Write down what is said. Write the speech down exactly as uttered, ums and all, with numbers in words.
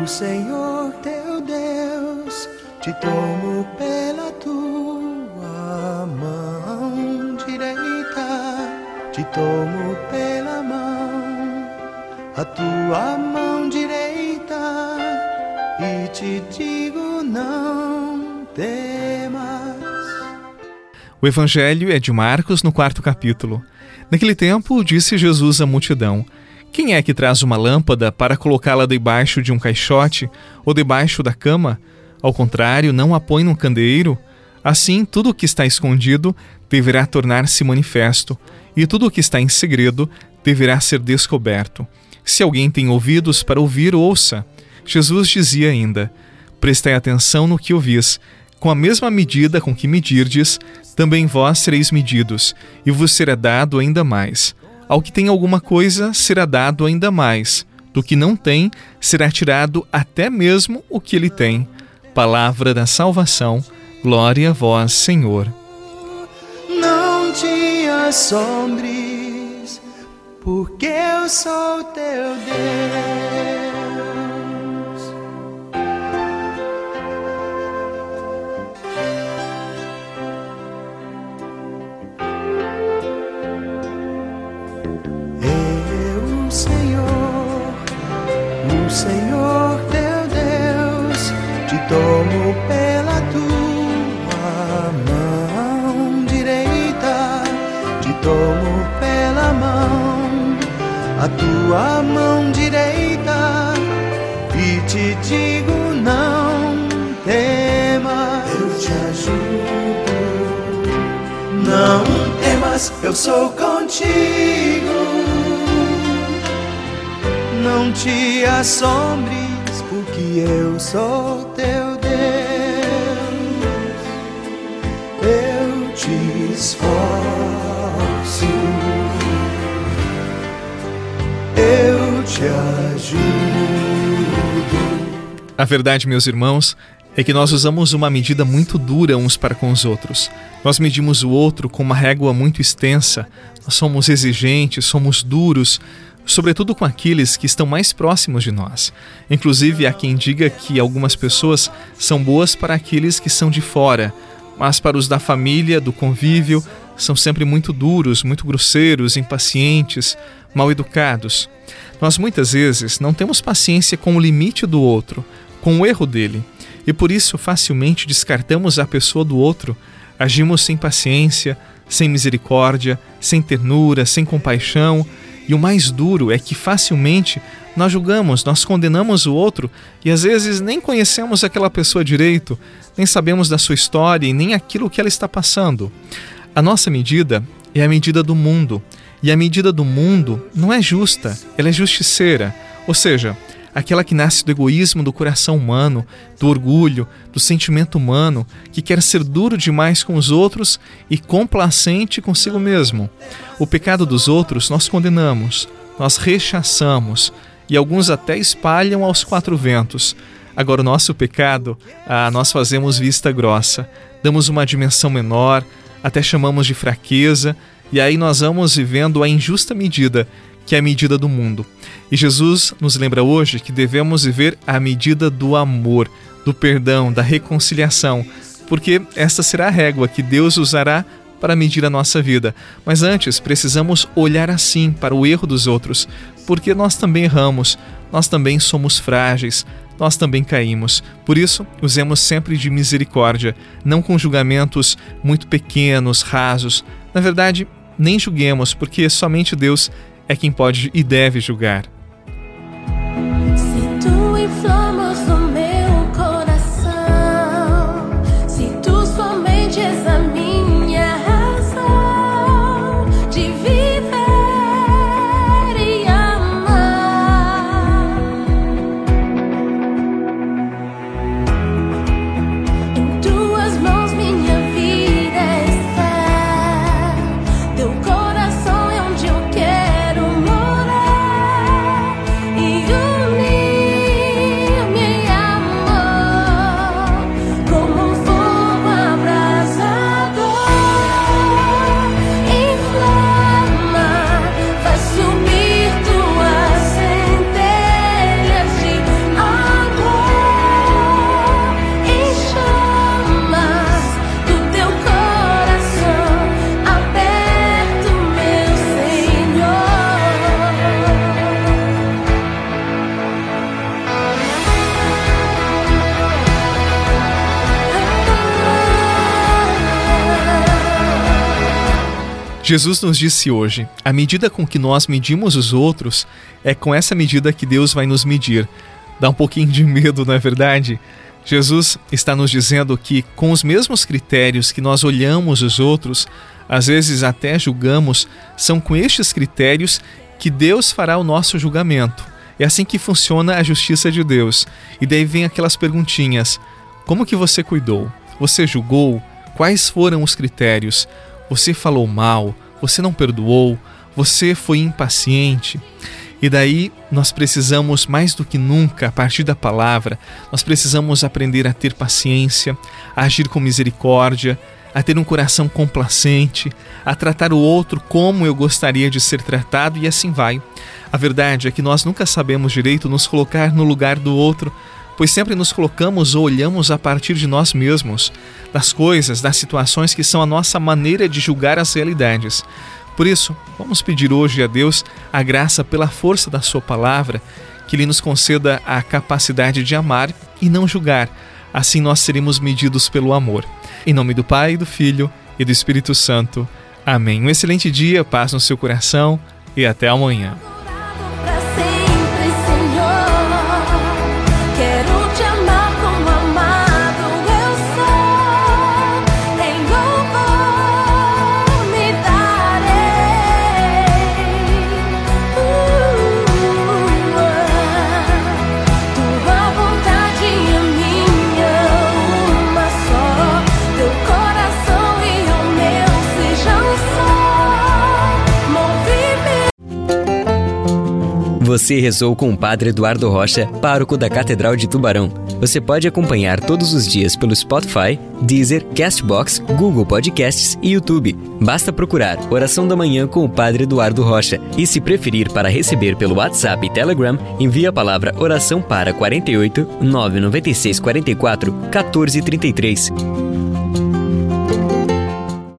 Eu, Senhor teu Deus, te tomo pela tua mão direita, te tomo pela mão, a tua mão direita, e te digo não temas. O Evangelho é de Marcos, no quarto capítulo. Naquele tempo, disse Jesus à multidão: quem é que traz uma lâmpada para colocá-la debaixo de um caixote ou debaixo da cama? Ao contrário, não a põe num candeeiro? Assim, tudo o que está escondido deverá tornar-se manifesto, e tudo o que está em segredo deverá ser descoberto. Se alguém tem ouvidos para ouvir, ouça. Jesus dizia ainda: prestai atenção no que ouvis. Com a mesma medida com que medirdes, também vós sereis medidos, e vos será dado ainda mais. Ao que tem alguma coisa, será dado ainda mais. Do que não tem, será tirado até mesmo o que ele tem. Palavra da salvação. Glória a vós, Senhor. Não te assombres, porque eu sou teu Deus. Eu, Senhor, o Senhor teu Deus, te tomo pela tua mão direita, te tomo pela mão, a tua mão direita, e te digo não temas. Eu te ajudo, não temas, eu sou contigo. Não te assombres, porque eu sou teu Deus. Eu te esforço, eu te ajudo. A verdade, meus irmãos, é que nós usamos uma medida muito dura uns para com os outros. Nós medimos o outro com uma régua muito extensa. Nós somos exigentes, somos duros, sobretudo com aqueles que estão mais próximos de nós. Inclusive, há quem diga que algumas pessoas são boas para aqueles que são de fora, mas para os da família, do convívio, são sempre muito duros, muito grosseiros, impacientes, mal educados. Nós muitas vezes não temos paciência com o limite do outro, com o erro dele, e por isso facilmente descartamos a pessoa do outro, agimos sem paciência, sem misericórdia, sem ternura, sem compaixão. E o mais duro é que facilmente nós julgamos, nós condenamos o outro e às vezes nem conhecemos aquela pessoa direito, nem sabemos da sua história e nem aquilo que ela está passando. A nossa medida é a medida do mundo, e a medida do mundo não é justa, ela é justiceira, ou seja, aquela que nasce do egoísmo do coração humano, do orgulho, do sentimento humano, que quer ser duro demais com os outros e complacente consigo mesmo. O pecado dos outros nós condenamos, nós rechaçamos, e alguns até espalham aos quatro ventos. Agora o nosso pecado, ah, nós fazemos vista grossa, damos uma dimensão menor, até chamamos de fraqueza, e aí nós vamos vivendo a injusta medida, que é a medida do mundo. E Jesus nos lembra hoje que devemos viver a medida do amor, do perdão, da reconciliação, porque esta será a régua que Deus usará para medir a nossa vida. Mas antes, precisamos olhar assim para o erro dos outros, porque nós também erramos, nós também somos frágeis, nós também caímos. Por isso, usemos sempre de misericórdia, não com julgamentos muito pequenos, rasos. Na verdade, nem julguemos, porque somente Deus é quem pode e deve julgar. Se tu inflamas o meu coração, se tu somente és a minha razão de viver e amar, em tuas mãos minha vida está, teu coração é onde eu quero morar e unir-me Jesus nos disse hoje: a medida com que nós medimos os outros é com essa medida que Deus vai nos medir. Dá um pouquinho de medo, não é verdade? Jesus está nos dizendo que, com os mesmos critérios que nós olhamos os outros, às vezes até julgamos, são com estes critérios que Deus fará o nosso julgamento. É assim que funciona a justiça de Deus. E daí vem aquelas perguntinhas: como que você cuidou? Você julgou? Quais foram os critérios? Você falou mal? Você não perdoou? Você foi impaciente? E daí nós precisamos, mais do que nunca, a partir da palavra, nós precisamos aprender a ter paciência, a agir com misericórdia, a ter um coração complacente, a tratar o outro como eu gostaria de ser tratado, e assim vai. A verdade é que nós nunca sabemos direito nos colocar no lugar do outro, pois sempre nos colocamos ou olhamos a partir de nós mesmos, das coisas, das situações que são a nossa maneira de julgar as realidades. Por isso, vamos pedir hoje a Deus a graça pela força da sua palavra, que Ele nos conceda a capacidade de amar e não julgar. Assim nós seremos medidos pelo amor. Em nome do Pai, do Filho e do Espírito Santo. Amém. Um excelente dia, paz no seu coração e até amanhã. Você rezou com o Padre Eduardo Rocha, pároco da Catedral de Tubarão. Você pode acompanhar todos os dias pelo Spotify, Deezer, Castbox, Google Podcasts e YouTube. Basta procurar Oração da Manhã com o Padre Eduardo Rocha. E se preferir para receber pelo WhatsApp e Telegram, envie a palavra oração para quarenta e oito, nove nove seis, quarenta e quatro, quatorze, trinta e três.